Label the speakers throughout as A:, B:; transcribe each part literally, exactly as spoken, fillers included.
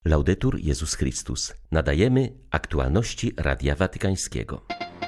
A: Laudetur Jezus Chrystus. Nadajemy aktualności Radia Watykańskiego.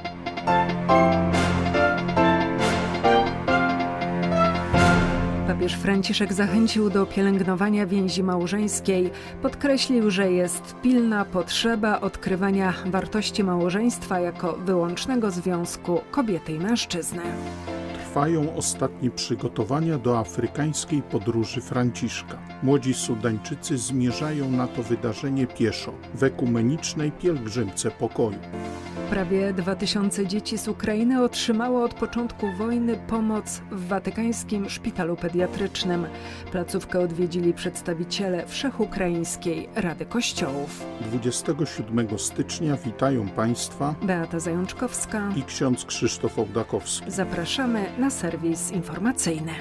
B: Papież Franciszek zachęcił do pielęgnowania więzi małżeńskiej. Podkreślił, że jest pilna potrzeba odkrywania wartości małżeństwa jako wyłącznego związku kobiety i mężczyzny.
C: Trwają ostatnie przygotowania do afrykańskiej podróży Franciszka. Młodzi Sudańczycy zmierzają na to wydarzenie pieszo w ekumenicznej pielgrzymce pokoju.
B: Prawie dwa tysiące dzieci z Ukrainy otrzymało od początku wojny pomoc w watykańskim szpitalu pediatrycznym. Placówkę odwiedzili przedstawiciele Wszechukraińskiej Rady Kościołów.
C: dwudziestego siódmego stycznia witają Państwa
B: Beata Zajączkowska
C: i ksiądz Krzysztof Ołdakowski.
B: Zapraszamy na serwis informacyjny.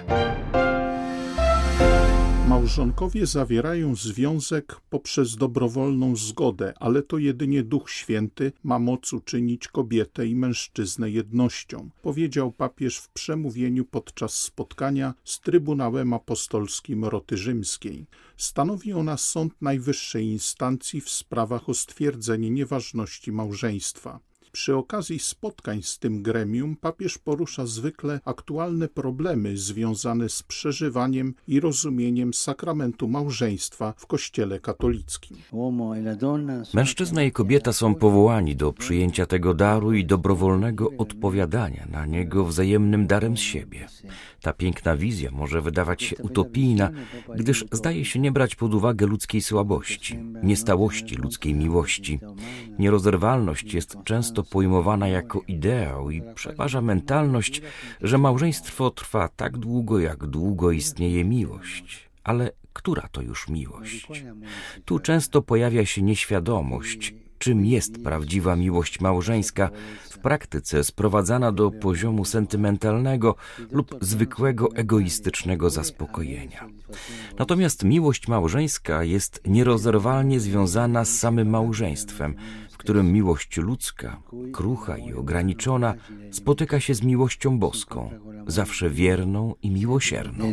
C: Małżonkowie zawierają związek poprzez dobrowolną zgodę, ale to jedynie Duch Święty ma moc uczynić kobietę i mężczyznę jednością, powiedział papież w przemówieniu podczas spotkania z Trybunałem Apostolskim Roty Rzymskiej. Stanowi ona sąd najwyższej instancji w sprawach o stwierdzenie nieważności małżeństwa. Przy okazji spotkań z tym gremium papież porusza zwykle aktualne problemy związane z przeżywaniem i rozumieniem sakramentu małżeństwa w Kościele katolickim.
D: Mężczyzna i kobieta są powołani do przyjęcia tego daru i dobrowolnego odpowiadania na niego wzajemnym darem z siebie. Ta piękna wizja może wydawać się utopijna, gdyż zdaje się nie brać pod uwagę ludzkiej słabości, niestałości ludzkiej miłości. Nierozerwalność jest często pojmowana jako ideał i przeważa mentalność, że małżeństwo trwa tak długo, jak długo istnieje miłość. Ale która to już miłość? Tu często pojawia się nieświadomość, czym jest prawdziwa miłość małżeńska, w praktyce sprowadzana do poziomu sentymentalnego lub zwykłego egoistycznego zaspokojenia. Natomiast miłość małżeńska jest nierozerwalnie związana z samym małżeństwem, w którym miłość ludzka, krucha i ograniczona, spotyka się z miłością boską, zawsze wierną i miłosierną.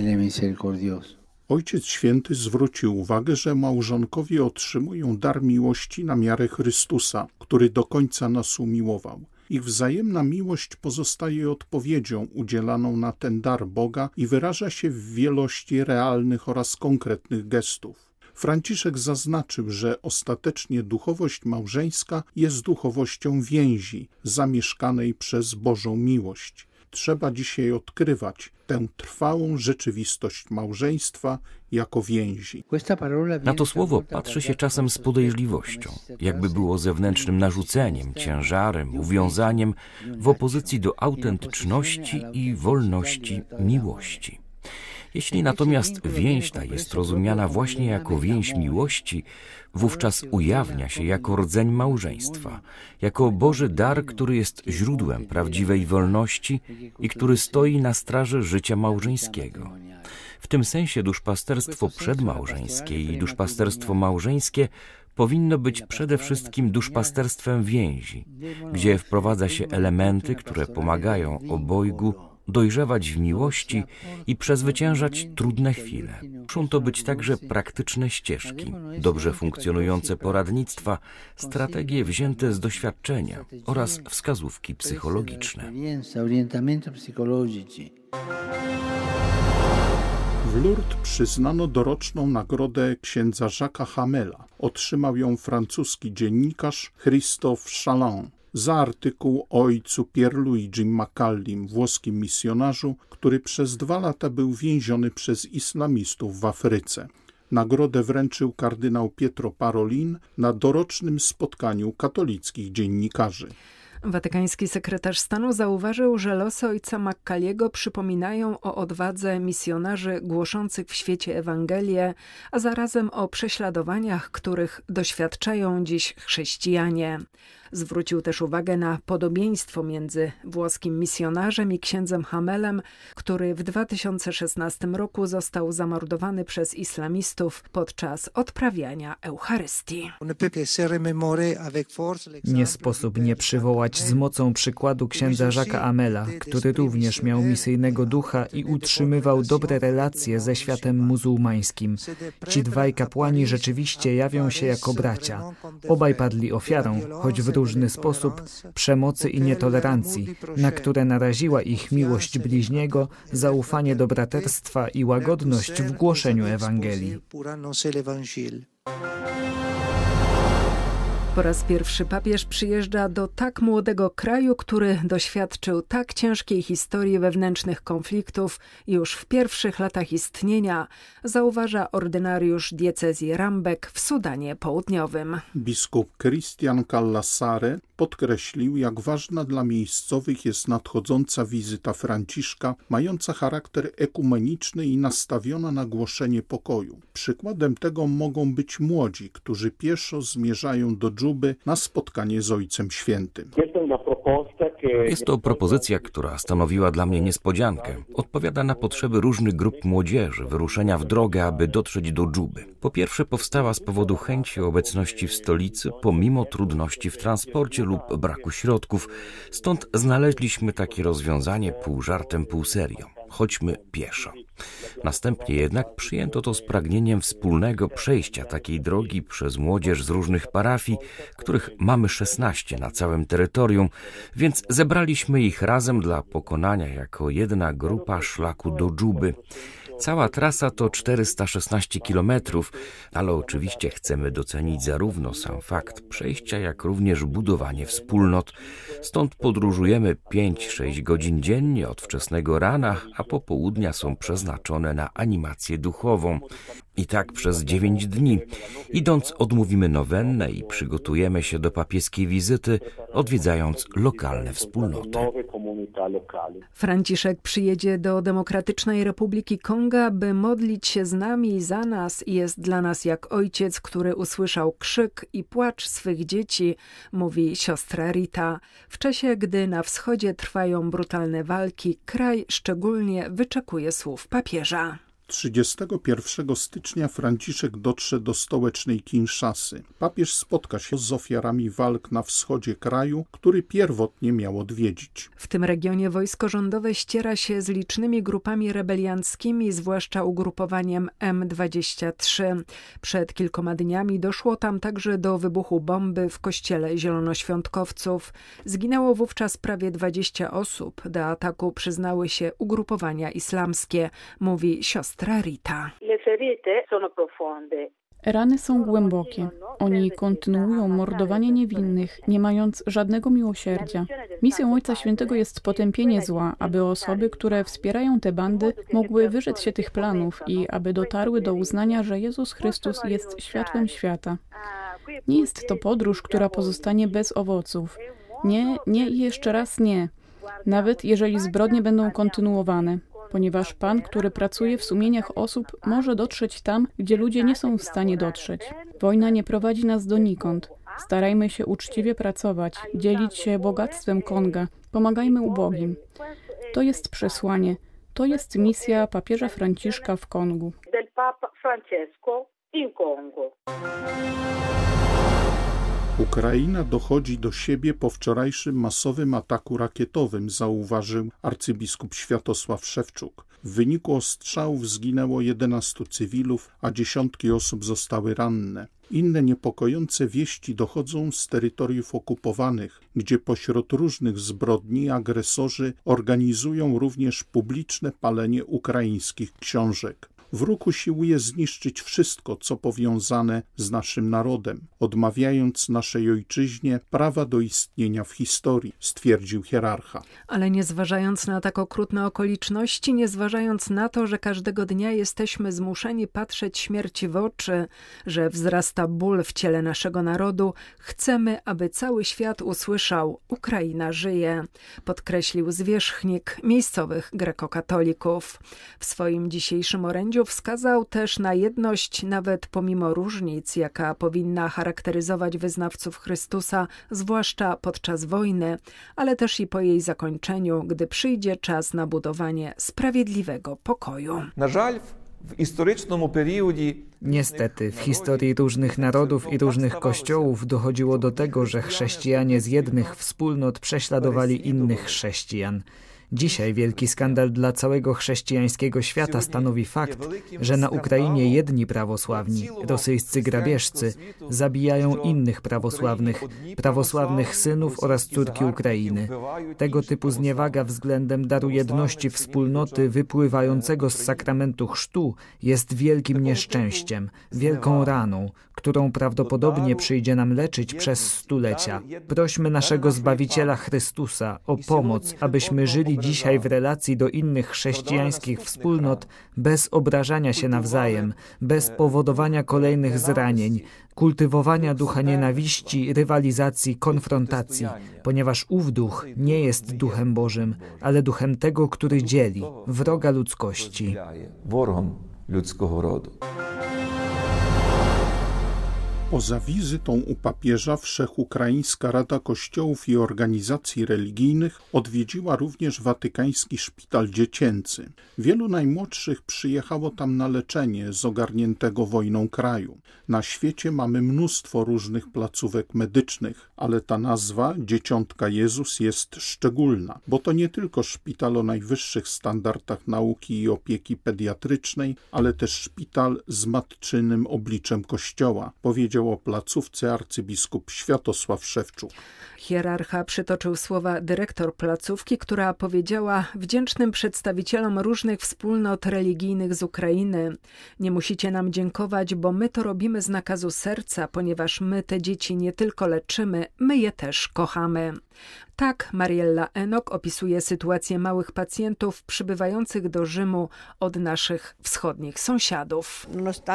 C: Ojciec Święty zwrócił uwagę, że małżonkowie otrzymują dar miłości na miarę Chrystusa, który do końca nas umiłował. Ich wzajemna miłość pozostaje odpowiedzią udzielaną na ten dar Boga i wyraża się w wielości realnych oraz konkretnych gestów. Franciszek zaznaczył, że ostatecznie duchowość małżeńska jest duchowością więzi, zamieszkanej przez Bożą miłość. Trzeba dzisiaj odkrywać tę trwałą rzeczywistość małżeństwa jako więzi.
D: Na to słowo patrzy się czasem z podejrzliwością, jakby było zewnętrznym narzuceniem, ciężarem, uwiązaniem w opozycji do autentyczności i wolności miłości. Jeśli natomiast więź ta jest rozumiana właśnie jako więź miłości, wówczas ujawnia się jako rdzeń małżeństwa, jako Boży dar, który jest źródłem prawdziwej wolności i który stoi na straży życia małżeńskiego. W tym sensie duszpasterstwo przedmałżeńskie i duszpasterstwo małżeńskie powinno być przede wszystkim duszpasterstwem więzi, gdzie wprowadza się elementy, które pomagają obojgu dojrzewać w miłości i przezwyciężać trudne chwile. Muszą to być także praktyczne ścieżki, dobrze funkcjonujące poradnictwa, strategie wzięte z doświadczenia oraz wskazówki psychologiczne.
C: W Lourdes przyznano doroczną nagrodę księdza Jacques'a Hamela. Otrzymał ją francuski dziennikarz Christophe Chaland za artykuł o ojcu Pierluigi Maccallim, włoskim misjonarzu, który przez dwa lata był więziony przez islamistów w Afryce. Nagrodę wręczył kardynał Pietro Parolin na dorocznym spotkaniu katolickich dziennikarzy.
B: Watykański sekretarz stanu zauważył, że losy ojca Maccalliego przypominają o odwadze misjonarzy głoszących w świecie Ewangelię, a zarazem o prześladowaniach, których doświadczają dziś chrześcijanie. Zwrócił też uwagę na podobieństwo między włoskim misjonarzem i księdzem Hamelem, który w dwa tysiące szesnastym roku został zamordowany przez islamistów podczas odprawiania Eucharystii.
E: Nie sposób nie przywołać działać z mocą przykładu księdza Jacques'a Amela, który również miał misyjnego ducha i utrzymywał dobre relacje ze światem muzułmańskim. Ci dwaj kapłani rzeczywiście jawią się jako bracia. Obaj padli ofiarą, choć w różny sposób, przemocy i nietolerancji, na które naraziła ich miłość bliźniego, zaufanie do braterstwa i łagodność w głoszeniu Ewangelii.
B: Po raz pierwszy papież przyjeżdża do tak młodego kraju, który doświadczył tak ciężkiej historii wewnętrznych konfliktów już w pierwszych latach istnienia, zauważa ordynariusz diecezji Rambek w Sudanie Południowym.
C: Biskup Christian Callassare podkreślił, jak ważna dla miejscowych jest nadchodząca wizyta Franciszka, mająca charakter ekumeniczny i nastawiona na głoszenie pokoju. Przykładem tego mogą być młodzi, którzy pieszo zmierzają do Dżuby na spotkanie z Ojcem Świętym.
D: Jest to propozycja, która stanowiła dla mnie niespodziankę. Odpowiada na potrzeby różnych grup młodzieży, wyruszenia w drogę, aby dotrzeć do Dżuby. Po pierwsze powstała z powodu chęci obecności w stolicy, pomimo trudności w transporcie lub braku środków. Stąd znaleźliśmy takie rozwiązanie pół żartem, pół serio. Chodźmy pieszo. Następnie jednak przyjęto to z pragnieniem wspólnego przejścia takiej drogi przez młodzież z różnych parafii, których mamy szesnaście na całym terytorium, więc zebraliśmy ich razem dla pokonania jako jedna grupa szlaku do Dżuby. Cała trasa to czterysta szesnaście kilometrów, ale oczywiście chcemy docenić zarówno sam fakt przejścia, jak również budowanie wspólnot. Stąd podróżujemy pięć sześć godzin dziennie od wczesnego rana, a popołudnia są przeznaczone na animację duchową. I tak przez dziewięć dni. Idąc odmówimy nowennę i przygotujemy się do papieskiej wizyty, odwiedzając lokalne wspólnoty.
B: Franciszek przyjedzie do Demokratycznej Republiki Konga, by modlić się z nami i za nas i jest dla nas jak ojciec, który usłyszał krzyk i płacz swych dzieci, mówi siostra Rita. W czasie, gdy na wschodzie trwają brutalne walki, kraj szczególnie wyczekuje słów papieża.
C: trzydziestego pierwszego stycznia Franciszek dotrze do stołecznej Kinszasy. Papież spotka się z ofiarami walk na wschodzie kraju, który pierwotnie miał odwiedzić.
B: W tym regionie wojsko rządowe ściera się z licznymi grupami rebelianckimi, zwłaszcza ugrupowaniem M dwadzieścia trzy. Przed kilkoma dniami doszło tam także do wybuchu bomby w kościele zielonoświątkowców. Zginęło wówczas prawie dwadzieścia osób. Do ataku przyznały się ugrupowania islamskie, mówi siostra Rita.
F: Rany są głębokie. Oni kontynuują mordowanie niewinnych, nie mając żadnego miłosierdzia. Misją Ojca Świętego jest potępienie zła, aby osoby, które wspierają te bandy, mogły wyrzec się tych planów i aby dotarły do uznania, że Jezus Chrystus jest światłem świata. Nie jest to podróż, która pozostanie bez owoców. Nie, nie i jeszcze raz nie. Nawet jeżeli zbrodnie będą kontynuowane. Ponieważ Pan, który pracuje w sumieniach osób, może dotrzeć tam, gdzie ludzie nie są w stanie dotrzeć. Wojna nie prowadzi nas donikąd. Starajmy się uczciwie pracować, dzielić się bogactwem Konga, pomagajmy ubogim. To jest przesłanie, to jest misja papieża Franciszka w Kongu.
C: Ukraina dochodzi do siebie po wczorajszym masowym ataku rakietowym, zauważył arcybiskup Światosław Szewczuk. W wyniku ostrzałów zginęło jedenastu cywilów, a dziesiątki osób zostały ranne. Inne niepokojące wieści dochodzą z terytoriów okupowanych, gdzie pośród różnych zbrodni agresorzy organizują również publiczne palenie ukraińskich książek. Wróg usiłuje zniszczyć wszystko, co powiązane z naszym narodem, odmawiając naszej ojczyźnie prawa do istnienia w historii, stwierdził hierarcha.
B: Ale nie zważając na tak okrutne okoliczności, nie zważając na to, że każdego dnia jesteśmy zmuszeni patrzeć śmierci w oczy, że wzrasta ból w ciele naszego narodu, chcemy, aby cały świat usłyszał: Ukraina żyje, podkreślił zwierzchnik miejscowych grekokatolików. W swoim dzisiejszym orędziu wskazał też na jedność nawet pomimo różnic, jaka powinna charakteryzować wyznawców Chrystusa, zwłaszcza podczas wojny, ale też i po jej zakończeniu, gdy przyjdzie czas na budowanie sprawiedliwego pokoju.
E: Niestety, w historii różnych narodów i różnych kościołów dochodziło do tego, że chrześcijanie z jednych wspólnot prześladowali innych chrześcijan. Dzisiaj wielki skandal dla całego chrześcijańskiego świata stanowi fakt, że na Ukrainie jedni prawosławni, rosyjscy grabieżcy, zabijają innych prawosławnych, prawosławnych synów oraz córki Ukrainy. Tego typu zniewaga względem daru jedności wspólnoty wypływającego z sakramentu chrztu jest wielkim nieszczęściem, wielką raną, którą prawdopodobnie przyjdzie nam leczyć przez stulecia. Prośmy naszego Zbawiciela Chrystusa o pomoc, abyśmy żyli dzisiaj w relacji do innych chrześcijańskich wspólnot bez obrażania się nawzajem, bez powodowania kolejnych zranień, kultywowania ducha nienawiści, rywalizacji, konfrontacji, ponieważ ów duch nie jest duchem Bożym, ale duchem tego, który dzieli, wroga ludzkości.
C: Poza wizytą u papieża Wszechukraińska Rada Kościołów i Organizacji Religijnych odwiedziła również Watykański Szpital Dziecięcy. Wielu najmłodszych przyjechało tam na leczenie z ogarniętego wojną kraju. Na świecie mamy mnóstwo różnych placówek medycznych, ale ta nazwa Dzieciątka Jezus jest szczególna, bo to nie tylko szpital o najwyższych standardach nauki i opieki pediatrycznej, ale też szpital z matczynym obliczem Kościoła, powiedział o placówce arcybiskup Światosław Szewczuk.
B: Hierarcha przytoczył słowa dyrektor placówki, która powiedziała wdzięcznym przedstawicielom różnych wspólnot religijnych z Ukrainy: nie musicie nam dziękować, bo my to robimy z nakazu serca, ponieważ my te dzieci nie tylko leczymy, my je też kochamy. Tak Mariella Enok opisuje sytuację małych pacjentów przybywających do Rzymu od naszych wschodnich sąsiadów.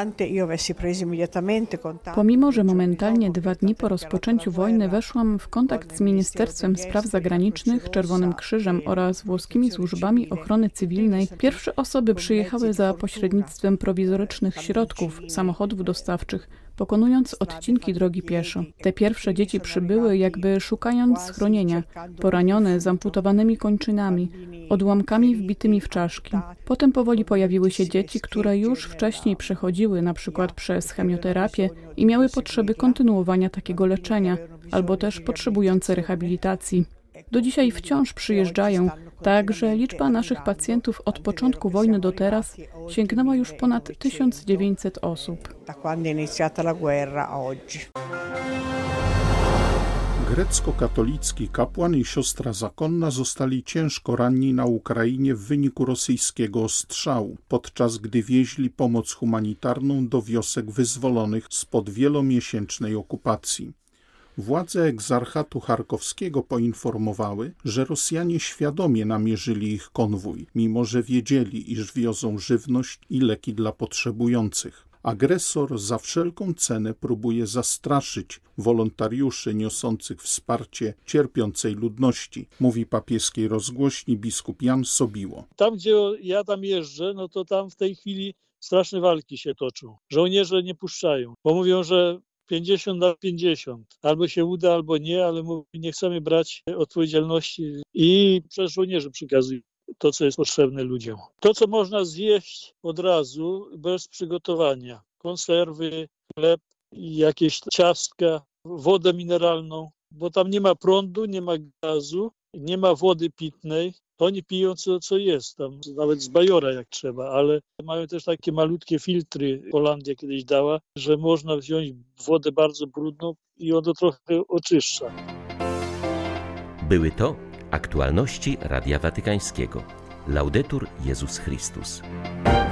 F: Pomimo, że momentalnie dwa dni po rozpoczęciu wojny weszłam w kontakt z Ministerstwem Spraw Zagranicznych, Czerwonym Krzyżem oraz włoskimi służbami ochrony cywilnej, pierwsze osoby przyjechały za pośrednictwem prowizorycznych środków, samochodów dostawczych, pokonując odcinki drogi pieszo. Te pierwsze dzieci przybyły, jakby szukając schronienia, poranione, z amputowanymi kończynami, odłamkami wbitymi w czaszki. Potem powoli pojawiły się dzieci, które już wcześniej przechodziły na przykład przez chemioterapię i miały potrzeby kontynuowania takiego leczenia, albo też potrzebujące rehabilitacji. Do dzisiaj wciąż przyjeżdżają, tak że liczba naszych pacjentów od początku wojny do teraz sięgnęła już ponad tysiąc dziewięćset osób.
C: Grecko-katolicki kapłan i siostra zakonna zostali ciężko ranni na Ukrainie w wyniku rosyjskiego ostrzału, podczas gdy wieźli pomoc humanitarną do wiosek wyzwolonych spod wielomiesięcznej okupacji. Władze egzarchatu charkowskiego poinformowały, że Rosjanie świadomie namierzyli ich konwój, mimo że wiedzieli, iż wiozą żywność i leki dla potrzebujących. Agresor za wszelką cenę próbuje zastraszyć wolontariuszy niosących wsparcie cierpiącej ludności, mówi papieskiej rozgłośni biskup Jan Sobiło.
G: Tam, gdzie ja tam jeżdżę, no to tam w tej chwili straszne walki się toczą. Żołnierze nie puszczają, bo mówią, że pięćdziesiąt na pięćdziesiąt. Albo się uda, albo nie, ale mówię, nie chcemy brać odpowiedzialności i przez żołnierzy przekazują to, co jest potrzebne ludziom. To, co można zjeść od razu, bez przygotowania. Konserwy, chleb, jakieś ciastka, wodę mineralną, bo tam nie ma prądu, nie ma gazu, nie ma wody pitnej. Oni piją co, co jest tam, nawet z bajora jak trzeba, ale mają też takie malutkie filtry, Holandia kiedyś dała, że można wziąć wodę bardzo brudną i ono trochę oczyszcza.
A: Były to aktualności Radia Watykańskiego. Laudetur Jezus Chrystus.